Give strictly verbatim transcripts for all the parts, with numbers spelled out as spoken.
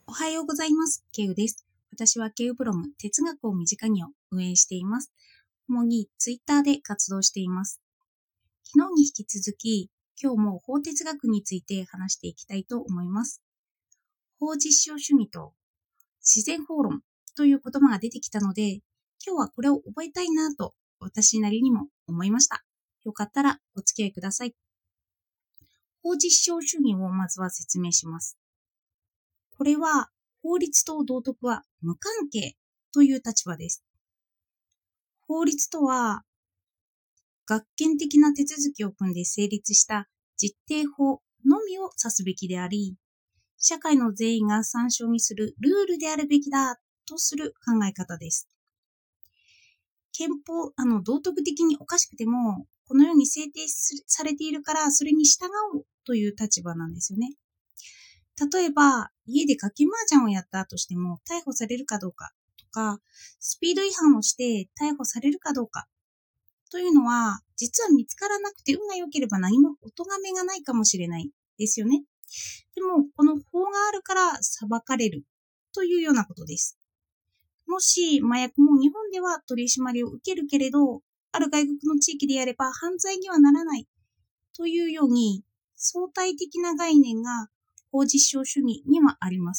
おはようございます。ケウです。私はケウブログ哲学を身近にを運営しています。主にツイッターで活動しています。昨日に引き続き、今日も法哲学について話していきたいと思います。法実証主義と自然法論という言葉が出てきたので、今日はこれを覚えたいなと私なりにも思いました。よかったらお付き合いください。法実証主義をまずは説明します。これは法律と道徳は無関係という立場です。法律とは学権的な手続きを組んで成立した実定法のみを指すべきであり、社会の全員が参照にするルールであるべきだとする考え方です。憲法、あの道徳的におかしくても、このように制定されているからそれに従おうという立場なんですよね。例えば、家で賭け麻雀をやったとしても逮捕されるかどうかとか、スピード違反をして逮捕されるかどうかというのは、実は見つからなくて運が良ければ何もお咎めがないかもしれないですよね。でも、この法があるから裁かれるというようなことです。もし麻薬も日本では取り締まりを受けるけれど、ある外国の地域でやれば犯罪にはならないというように、相対的な概念が法実証主義にはあります。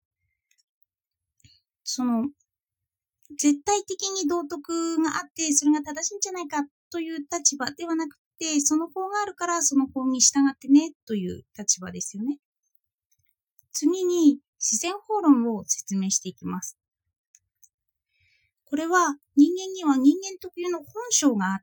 その、絶対的に道徳があって、それが正しいんじゃないかという立場ではなくて、その法があるからその法に従ってねという立場ですよね。次に自然法論を説明していきます。これは人間には人間特有の本性があって、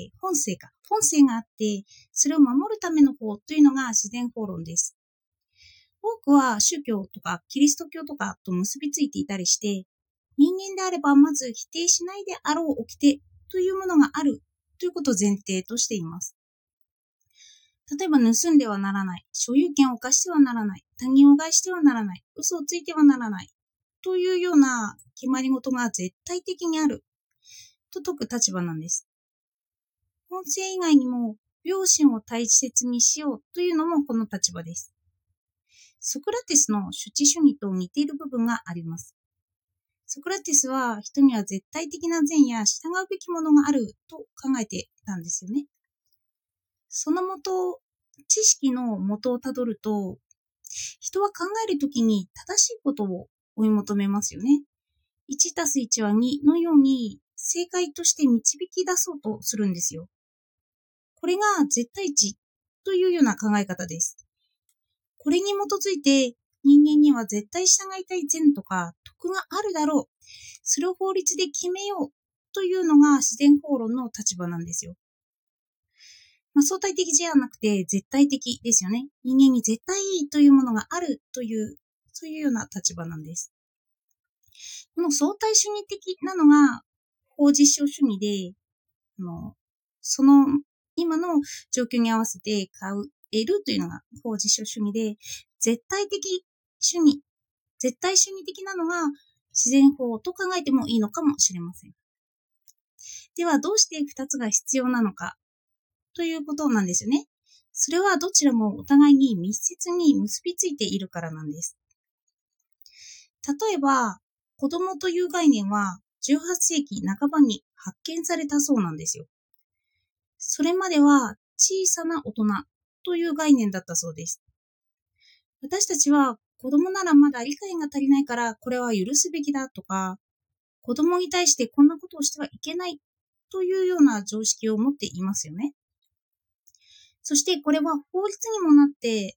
本性か、本性があって、それを守るための法というのが自然法論です。多くは宗教とかキリスト教とかと結びついていたりして、人間であればまず否定しないであろう掟というものがあるということを前提としています。例えば盗んではならない、所有権を犯してはならない、他人を害してはならない、嘘をついてはならないというような決まり事が絶対的にあると説く立場なんです。本性以外にも良心を大切にしようというのもこの立場です。ソクラテスの主治主義と似ている部分があります。ソクラテスは人には絶対的な善や従うべきものがあると考えていたんですよね。その元、知識の元をたどると、人は考えるときに正しいことを追い求めますよね。いちたすいちはにのように正解として導き出そうとするんですよ。これが絶対値というような考え方です。これに基づいて人間には絶対従いたい善とか徳があるだろう。それを法律で決めようというのが自然法論の立場なんですよ。まあ、相対的じゃなくて絶対的ですよね。人間に絶対いいというものがあるという、そういうような立場なんです。この相対主義的なのが法実証主義で、あのその今の状況に合わせて買う得るというのが法実証主義で、絶対的主義、絶対主義的なのが自然法と考えてもいいのかもしれません。では、どうしてふたつが必要なのかということなんですよね。それはどちらもお互いに密接に結びついているからなんです。例えば、子供という概念はじゅうはっせいきなかばに発見されたそうなんですよ。それまでは小さな大人という概念だったそうです。私たちは子供ならまだ理解が足りないからこれは許すべきだとか、子供に対してこんなことをしてはいけないというような常識を持っていますよね。そしてこれは法律にもなって、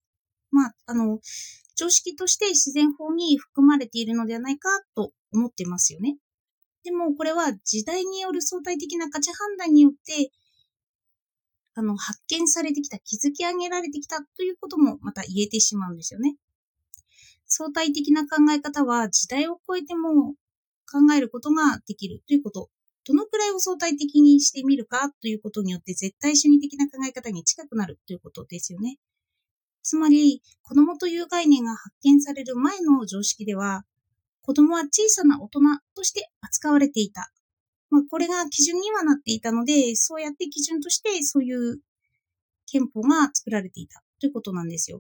まあ、あの、常識として自然法に含まれているのではないかと思ってますよね。でもこれは時代による相対的な価値判断によってあの発見されてきた、築き上げられてきたということもまた言えてしまうんですよね。相対的な考え方は時代を超えても考えることができるということ。どのくらいを相対的にしてみるかということによって絶対主義的な考え方に近くなるということですよね。つまり、子供という概念が発見される前の常識では、子供は小さな大人として扱われていた。まあ、これが基準にはなっていたので、そうやって基準としてそういう憲法が作られていたということなんですよ。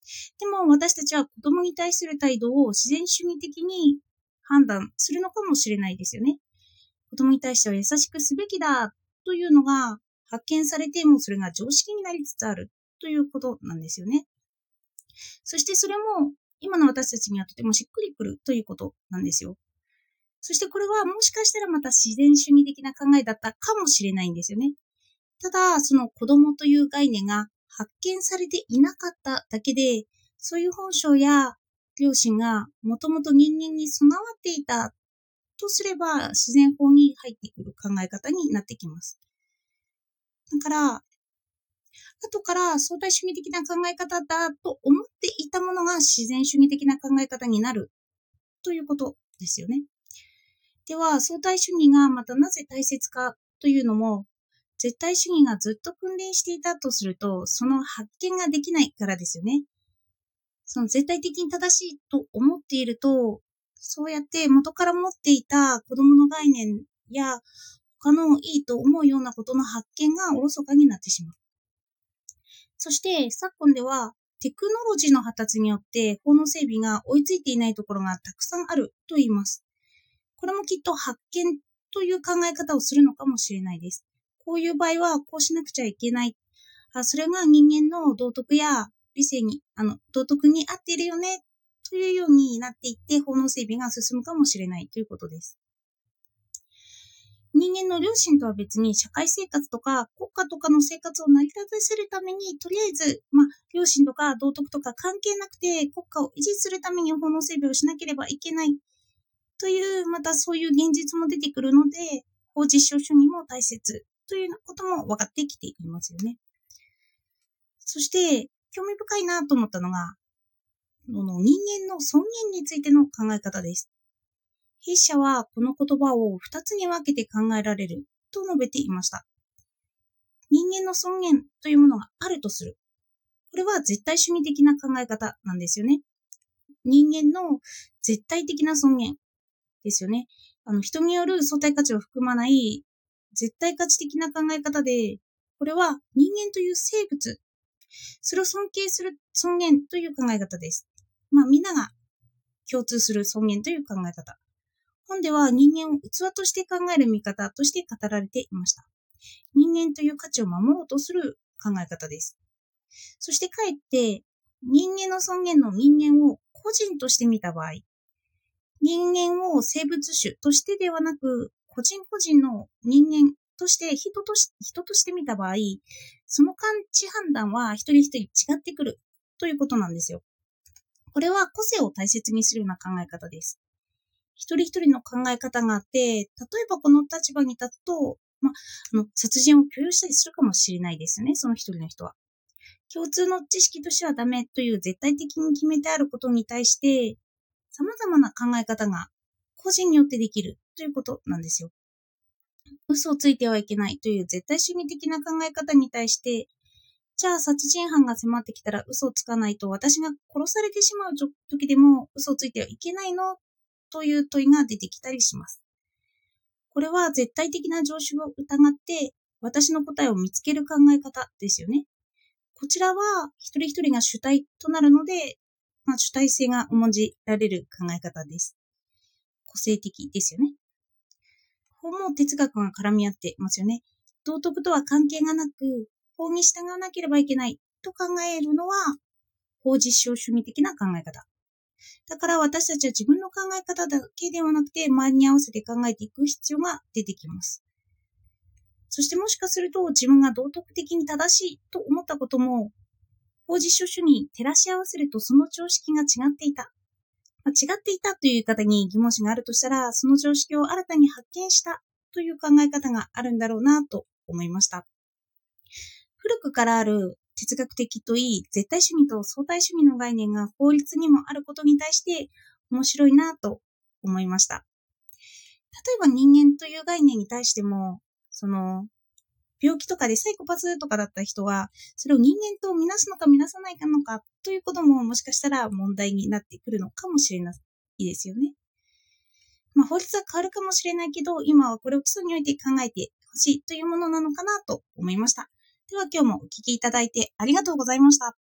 でも私たちは子供に対する態度を自然主義的に判断するのかもしれないですよね。子供に対しては優しくすべきだというのが発見されてもそれが常識になりつつあるということなんですよね。そしてそれも今の私たちにはとてもしっくりくるということなんですよ。そしてこれはもしかしたらまた自然主義的な考えだったかもしれないんですよね。ただ、その子供という概念が発見されていなかっただけで、そういう本性や良心がもともと人間に備わっていたとすれば、自然法に入ってくる考え方になってきます。だから、後から相対主義的な考え方だと思っていたものが自然主義的な考え方になるということですよね。では、相対主義がまたなぜ大切かというのも、絶対主義がずっと訓練していたとすると、その発見ができないからですよね。その絶対的に正しいと思っていると、そうやって元から持っていた子供の概念や他のいいと思うようなことの発見がおろそかになってしまう。そして昨今ではテクノロジーの発達によって法の整備が追いついていないところがたくさんあると言います。これもきっと発見という考え方をするのかもしれないです。こういう場合はこうしなくちゃいけない。あ、それが人間の道徳や理性に、あの、道徳に合っているよねというようになっていって法の整備が進むかもしれないということです。人間の良心とは別に社会生活とか国家とかの生活を成り立たせるためにとりあえず、まあ、良心とか道徳とか関係なくて国家を維持するために法の整備をしなければいけないという、またそういう現実も出てくるので、法実証主義も大切ということも分かってきていますよね。そして、興味深いなと思ったのが、の人間の尊厳についての考え方です。筆者はこの言葉を二つに分けて考えられると述べていました。人間の尊厳というものがあるとする。これは絶対主義的な考え方なんですよね。人間の絶対的な尊厳ですよね。あの、人による相対価値を含まない絶対価値的な考え方で、これは人間という生物、それを尊敬する尊厳という考え方です。まあ、みんなが共通する尊厳という考え方。本では人間を器として考える見方として語られていました。人間という価値を守ろうとする考え方です。そしてかえって、人間の尊厳の人間を個人として見た場合、人間を生物種としてではなく、個人個人の人間として人とし、人として見た場合、その感知判断は一人一人違ってくるということなんですよ。これは個性を大切にするような考え方です。一人一人の考え方があって、例えばこの立場に立つと、まあ、あの殺人を許容したりするかもしれないですよね、その一人の人は。共通の知識としてはダメという絶対的に決めてあることに対して、様々な考え方が個人によってできるということなんですよ。嘘をついてはいけないという絶対主義的な考え方に対して、じゃあ殺人犯が迫ってきたら嘘をつかないと私が殺されてしまう時でも嘘をついてはいけないのという問いが出てきたりします。これは絶対的な常識を疑って私の答えを見つける考え方ですよね。こちらは一人一人が主体となるので、まあ、主体性が重んじられる考え方です。個性的ですよね。法も哲学が絡み合ってますよね。道徳とは関係がなく、法に従わなければいけないと考えるのは法実証主義的な考え方。だから私たちは自分の考え方だけではなくて周りに合わせて考えていく必要が出てきます。そしてもしかすると自分が道徳的に正しいと思ったことも法実証主義に照らし合わせるとその常識が違っていた。まあ、違っていたという言い方に疑問視があるとしたら、その常識を新たに発見したという考え方があるんだろうなと思いました。古くからある哲学的といい、絶対主義と相対主義の概念が法律にもあることに対して面白いなと思いました。例えば人間という概念に対しても、その病気とかでサイコパスとかだった人は、それを人間とみなすのかみなさないのかということももしかしたら問題になってくるのかもしれないですよね。まあ、法律は変わるかもしれないけど、今はこれを基礎において考えてほしいというものなのかなと思いました。では今日もお聞きいただいてありがとうございました。